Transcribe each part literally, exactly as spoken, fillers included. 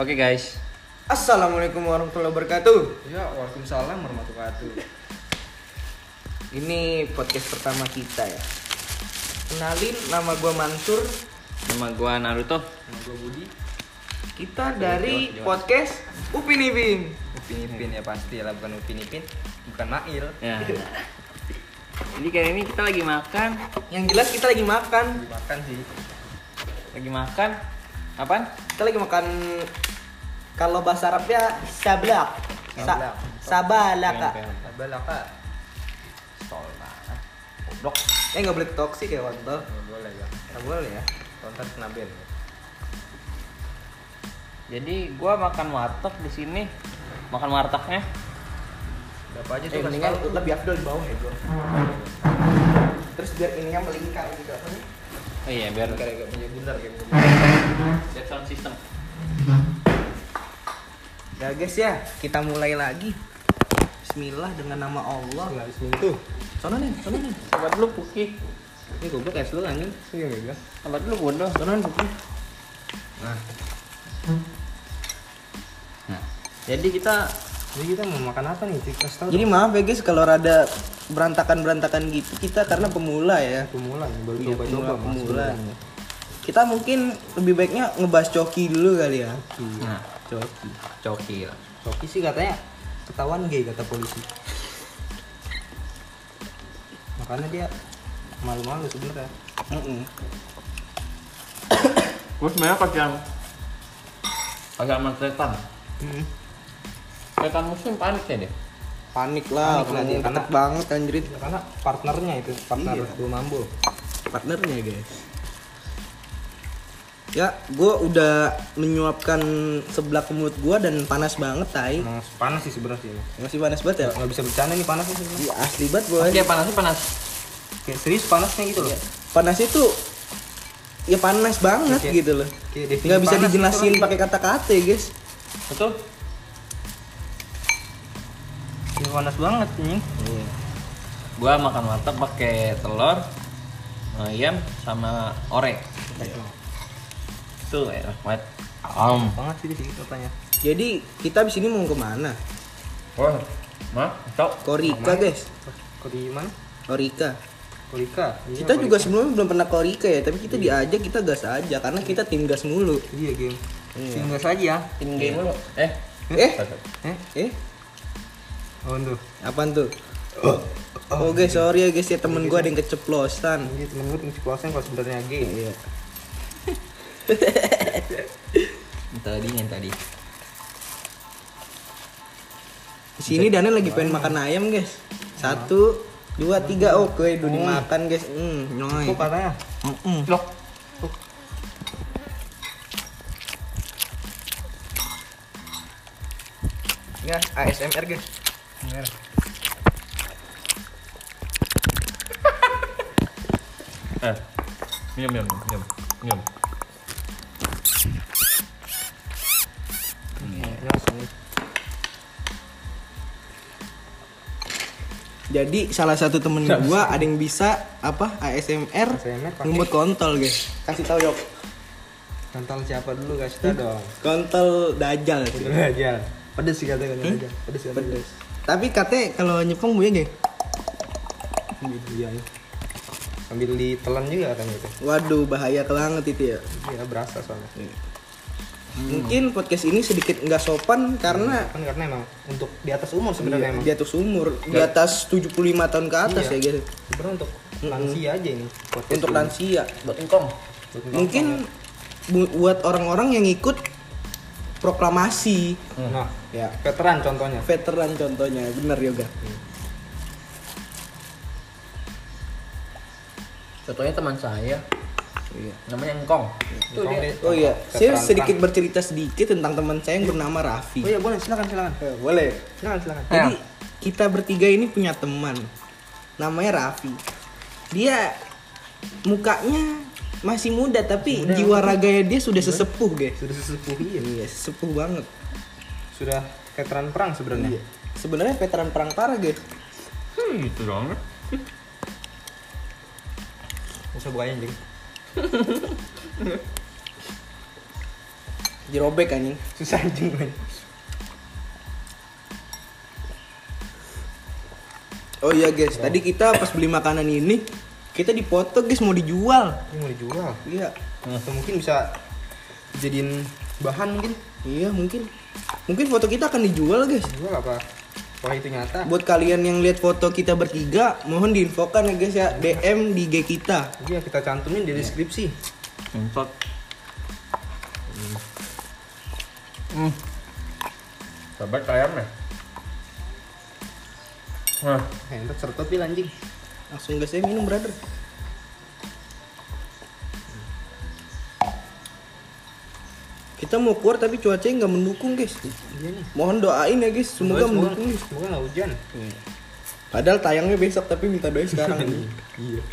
Oke guys. Assalamualaikum warahmatullahi wabarakatuh. Ya, waalaikumsalam warahmatullahi wabarakatuh. Ini podcast pertama kita ya. Kenalin, nama gue Mansur. Nama gua Naruto. Nama gue Budi. Kita dari jawab, jawab. podcast Upin Ipin. Upin Ipin ya pasti lah, bukan Upin Ipin, bukan Mail. Ya. Jadi kali ini kita lagi makan, Yang jelas kita lagi makan. Dimakan sih. lagi makan apaan? Kita lagi makan, kalau bahasa Arabnya sablak. Sa- Sablak. sabalaka. Abalaka. Stol banget. Goblok. Eh nggak boleh toksik ya kontol. Nggak boleh ya. Nggak boleh ya. Konten kena ban. Jadi gua makan warteg di sini. Makan wartegnya. Berapa aja Eh tuh kasih mendingan tahu. lebih afdol di bawah ya bro. Terus biar ininya melingkar gitu. Oh iya, biar Kayak gak punya bundar kayak punya. biar sound system. Ya guys ya, kita mulai lagi. Bismillah dengan nama Allah. Enggak seminggu. Sono nih, sono nih. Sabar dulu Puki. Ini goblok es lu anjing. Iya enggak. Sabar dulu bodoh. Sono nih. Puki. Nah, Nah, jadi kita jadi kita mau makan apa nih? Cik, kasih tahu. Jadi dong. maaf ya guys kalau rada berantakan-berantakan gitu, kita karena pemula ya. Pemula nih, baru Iya, coba-coba pemula, Mas, pemula. sebenarnya. Kita mungkin lebih baiknya ngebahas coki dulu kali ya. Iya. nah, Coki. coki lah. Coki sih katanya ketahuan gay kata polisi. Makanya dia malu-malu sebenarnya. Mm-mm. Gua sebenarnya kasihan kasihan sama setan. Mm. Setan muslim panik ya deh. Panik lah, Panik lah dia, ketat karena- banget anjrit. Ya, karena partnernya itu, partner Iya. dua mambo. Partnernya guys. Ya, gue udah menyuapkan sebelah mulut gue dan panas banget tai. Emang panas sih sebenarnya sih. Masih panas banget ya? Nggak bisa bercanda nih panasnya sih. Iya asli banget gue. Oke, panasnya panas. Kayak serius panasnya gitu loh. Panasnya tuh ya panas banget Kayak- gitu loh. Kayak definisi Nggak bisa panas dijelasin gitu pakai kata-kata ya guys. Betul? kan. Ya, panas banget nih. Iya. Gua makan warteg pakai telur, ayam sama orek. Tuh enak banget. Am. Banget sih di sini katanya. Jadi kita di sini mau kemana? Wah, mah, cok. Korika guys. Kok di mana? Korika. Korika. Iya, Kita juga Korika. sebelumnya belum pernah korika ya, tapi kita diajak kita gas aja karena kita tim gas mulu. Iya game. Iya. Tinggal saja ya. Tim game lu. Eh, Eh, Eh, eh, oh tuh. apaan tuh? Oh guys, sorry ya guys ya temen gue ada yang keceplosan. Ini temen gue tinggal kalau sebenarnya gay. Iya. yang tadi yang tadi. Di sini Dana lagi pengen makan ayam guys. Satu, dua, tiga, oke, udah dimakan guys. Hmm, nyoy. Kok katanya? Mm-mm. Loh, Ya, A S M R guys. eh. Minum, minum, minum, minum. Ya, langsung. Jadi salah satu temen gua ada yang bisa apa A S M R A S M R pakai- ngemut kontol guys. Kasih tahu yuk. Nonton siapa dulu guys? Kita dong. Kontol dajal sih. Udah aja. Pedes sih katanya kan aja. Pedes kan. Pedes. Tapi katanya kalau nyepong bunyi geng. Iya. Sambil ditelan juga kan itu. Waduh bahaya banget itu ya. Iya berasa soalnya. Mungkin podcast ini sedikit nggak sopan karena Kan karena emang untuk di atas umur sebenarnya iya, emang. di atas umur, di atas tujuh puluh lima tahun ke atas Iya. ya guys. Sebenarnya untuk lansia aja ini. podcast Untuk ini. lansia. Buat engkong. Untuk Mungkin bu- buat orang-orang yang ikut proklamasi. Nah, Ya, veteran contohnya. veteran contohnya, bener yoga. Contohnya teman saya, Iya. namanya Engkong. Tuh Engkong dia. dia- Oh iya, saya Veteran sedikit perang. bercerita sedikit tentang teman saya yang bernama Raffi. Oh iya boleh silakan silakan. Eh, boleh. Silakan silakan. Jadi kita bertiga ini punya teman, namanya Raffi. Dia mukanya masih muda tapi Muda, jiwa raganya dia sudah sesepuh guys. Sudah sesepuh iya. Iya, sesepuh banget. Sudah veteran perang sebenarnya. Iya. Sebenarnya veteran perang parah guys. Hmm, gitu dong. Bisa bukain anjing. Dirobek anjing. Susah anjing. Oh iya guys, tadi kita pas beli makanan ini kita dipoto guys mau dijual. Ini mau dijual. Iya. Atau mungkin bisa jadiin bahan mungkin. Iya mungkin. Mungkin foto kita akan dijual guys. Dijual apa? Wah itu nyata. Buat kalian yang lihat foto kita bertiga, mohon diinfokan ya guys ya, D M di I G kita. Iya kita cantumin di deskripsi. Entot. Hmm. Sabar ayamnya. Nah, Eh, entar sertot bil anjing. Langsung guys saya minum brother. Kita mau keluar tapi cuacanya nggak mendukung guys. Iya nih. Mohon doain ya guys, semoga Semoga- mendukung guys. Semoga nggak hujan. Padahal tayangnya besok tapi minta doa sekarang. Iya.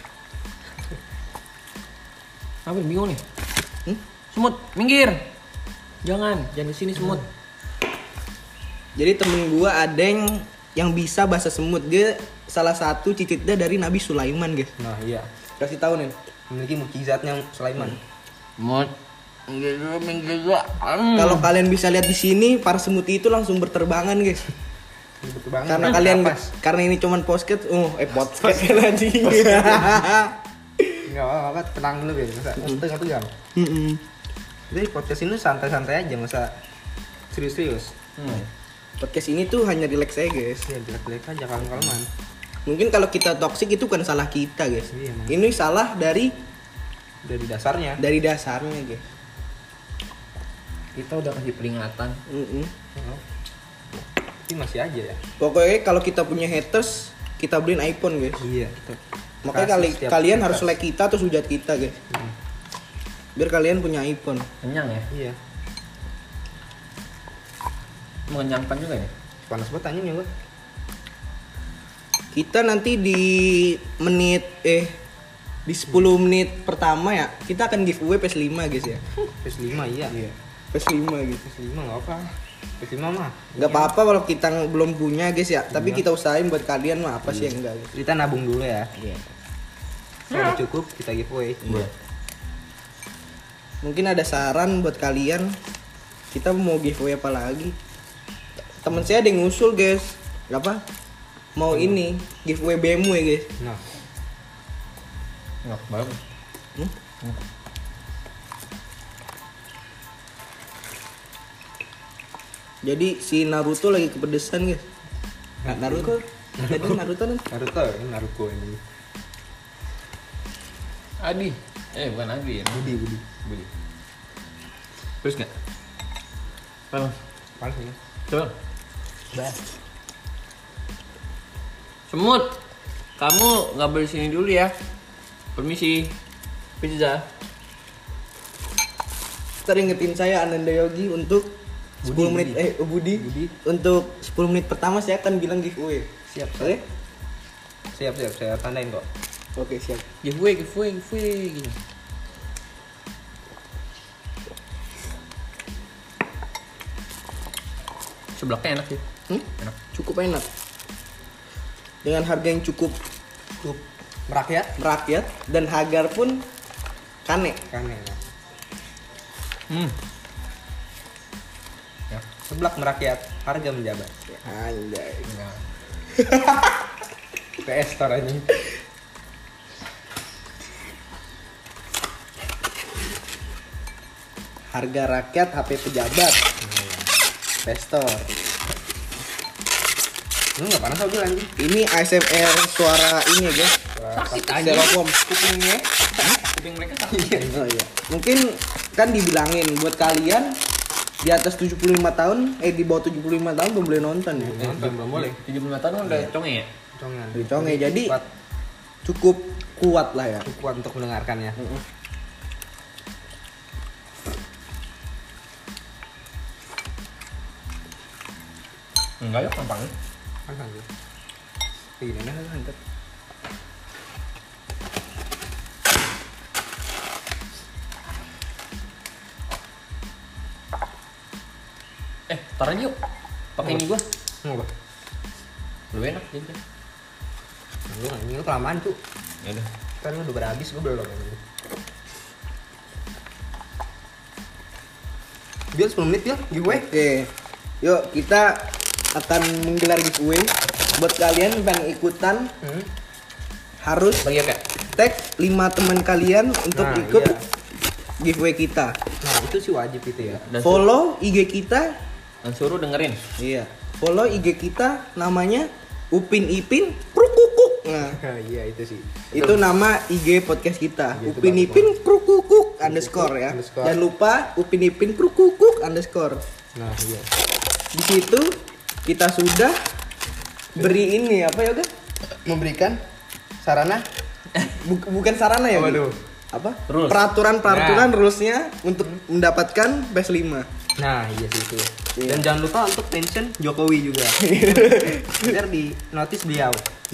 apa bingung nih? Hmm? Semut, minggir. Jangan, jangan di sini semut. Jadi temen gua ada yang yang bisa bahasa semut. Dia salah satu cicitnya dari Nabi Sulaiman guys. Nah iya. Kasih tahu nih. Memiliki mukjizatnya Sulaiman. Semut, minggir dulu, minggir dulu. Hmm. Kalau kalian bisa lihat di sini, para semut itu langsung berterbangan guys. Betul banget. Karena kalian Napas. karena ini cuman podcast, oh eh podcast anjing. Enggak apa-apa, tenang dulu ya. Masa setengah tegang. Mm-mm. Jadi podcast ini santai-santai aja, masa serius-serius. Hmm. Podcast ini tuh hanya relax aja guys. Ya jelek-jelek aja kalem-kaleman. Mungkin kalau kita toksik itu bukan salah kita guys. Iya, emang. Ini salah dari Dari dasarnya. dari dasarnya guys. Kita udah kasih peringatan. Mm-mm. Oh. Tapi masih aja ya. Pokoknya kalau kita punya haters, kita beliin iPhone guys. Iya. Kita Makanya kasih kali, setiap kalian podcast. harus like kita atau hujat kita guys. Hmm. Biar kalian punya iPhone. Kenyang ya? Iya. Mengenyangkan juga ya? Panas banget anjing ya gua. Kita nanti di menit eh di sepuluh menit pertama ya, kita akan giveaway P S lima guys ya. P S lima iya. P S lima gitu. P S lima enggak apa. P S lima mah. Gak apa-apa kalau kita belum punya guys ya, tapi kita usahain buat kalian mah apa sih yang enggak guys. Kita nabung dulu ya. Iya. Kalau cukup kita giveaway. Iya. Mungkin ada saran buat kalian, kita mau giveaway apa lagi? Temen saya ada yang ngusul guys, apa? Mau ini giveaway B M W guys. Nah, Nggak bagus. Hmm? Jadi si Naruto lagi kepedesan guys. Nah, Naruto, jadi Naruto nih. Naruto, ini Naruto ini. Adi. Eh, bukan Adi ya. Budi, Budi. Budi. Terus nggak? Apa? Panas ya. Coba. Semut. Kamu nggak boleh sini dulu ya. Permisi. Pizza. Ntar ingetin saya Ananda Yogi untuk sepuluh menit Budi. eh oh, Budi. Budi. Untuk sepuluh menit pertama saya akan bilang giveaway. Siap, Oke? Siap, siap, saya tandain kok. Oke, siap. Giveaway, giveaway, giveaway. Gini. Seblaknya enak sih. Hmm? Enak. Cukup enak. Dengan harga yang cukup Cukup merakyat merakyat dan Hagar pun kane. kan ya. Hmm. Ya. Seblak merakyat, harga menjabat. Anjay. Enggak. P S Store ini. Harga rakyat H P pejabat. Pestor. Lu enggak panas apa anjing? Ini A S M R suara ini ya guys. Sakit Styrofoam. kupingnya. Kuping mereka sakit. Oh iya. Mungkin kan dibilangin buat kalian di atas tujuh puluh lima tahun, eh di bawah tujuh puluh lima tahun belum boleh nonton ya. Eh, belum belum boleh. tujuh puluh lima tahun udah conge ya? Congan. Di conge, jadi kuat, cukup kuat lah ya. cukup kuat untuk mendengarkannya. Enggak ya, gampang. Kan kan. Begini nah kan. Eh, tar aja yuk. Pakai ini gua. Mau apa? Lebih enak jadi. Lu anjing lu kelamaan, Cuk. Ya udah. Kan lu udah berhabis, gua belum anjing. Bil sepuluh menit Bil giveaway. Oke. Yuk kita akan menggelar giveaway. Buat kalian yang ikutan Hmm. harus Bagi apa? tag lima teman kalian untuk Nah, ikut iya. giveaway kita. Nah, itu sih wajib itu ya. Dan Follow I G kita. Dan suruh dengerin. Iya. Follow I G kita namanya Upin Ipin Krukukuk. Nah, Iya, itu sih. itu nama I G podcast kita. Iya, itu Upin bagus Ipin Krukukuk underscore ya. Underscore. Jangan lupa Upin Ipin Krukukuk underscore. Nah, iya. Di situ kita sudah beri ini apa ya, Yoga? Memberikan sarana Buk- bukan sarana ya, Gi? Waduh. Apa? Rules. Peraturan-peraturan rulesnya untuk mendapatkan P E S lima. Nah, iya sih itu. Iya. Dan jangan lupa untuk mention Jokowi juga. Biar di notice beliau.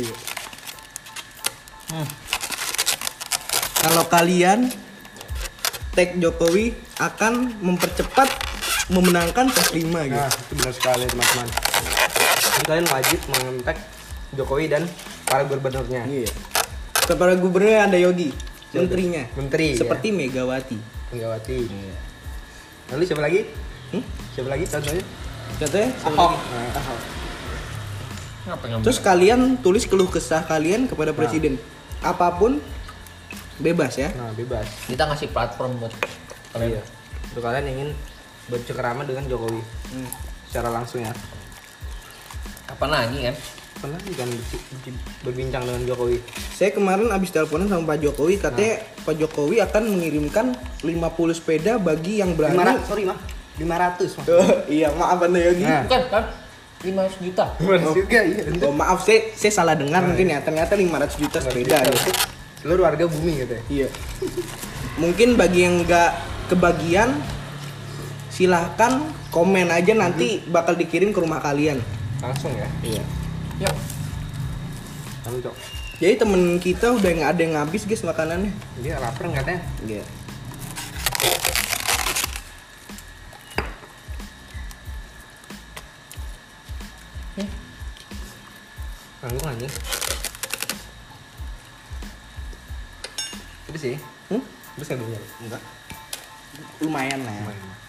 Kalau kalian tag Jokowi akan mempercepat memenangkan P E S lima gitu. Nah, itu benar sekali teman-teman. Jadi kalian wajib mengontak Jokowi dan para gubernurnya. Iya. Kepala gubernur ada Yogi, menterinya. Menteri, Seperti Megawati. Megawati. Lalu siapa lagi? Hmm? Siapa lagi contohnya? Katanya Ahok. Nah, Ahok. Ngapa ngambil? Terus kalian tulis keluh kesah kalian kepada presiden. Apapun bebas ya. Nah, bebas. Kita ngasih platform buat kalian. Iya. Untuk kalian yang ingin bercengkerama dengan Jokowi Hmm. secara langsung ya. Kapan lagi kan? Pernah sih kan berci- berci- berbincang dengan Jokowi. Saya kemarin habis teleponan sama Pak Jokowi, katanya Pak Jokowi akan mengirimkan lima puluh sepeda bagi yang berani. lima ratus, sorry mah. lima ratus mah. Oh, iya, maaf Anda Yogi. Nah. Bukan kan? lima ratus juta. lima ratus juga iya. Oh, maaf saya saya salah dengar mungkin ya. Ternyata lima ratus juta sepeda. Ya. Seluruh warga bumi gitu ya. Iya. Mungkin bagi yang nggak kebagian silahkan komen aja nanti bakal dikirim ke rumah kalian. Langsung ya. Iya. Yuk. Lalu, Cok. Jadi temen kita udah nggak ada yang habis guys makanannya. Dia lapar katanya. Iya. Langsung aja. Itu sih. Hmm? Terus nggak dunia? Enggak. Lumayan lah ya. Lumayan.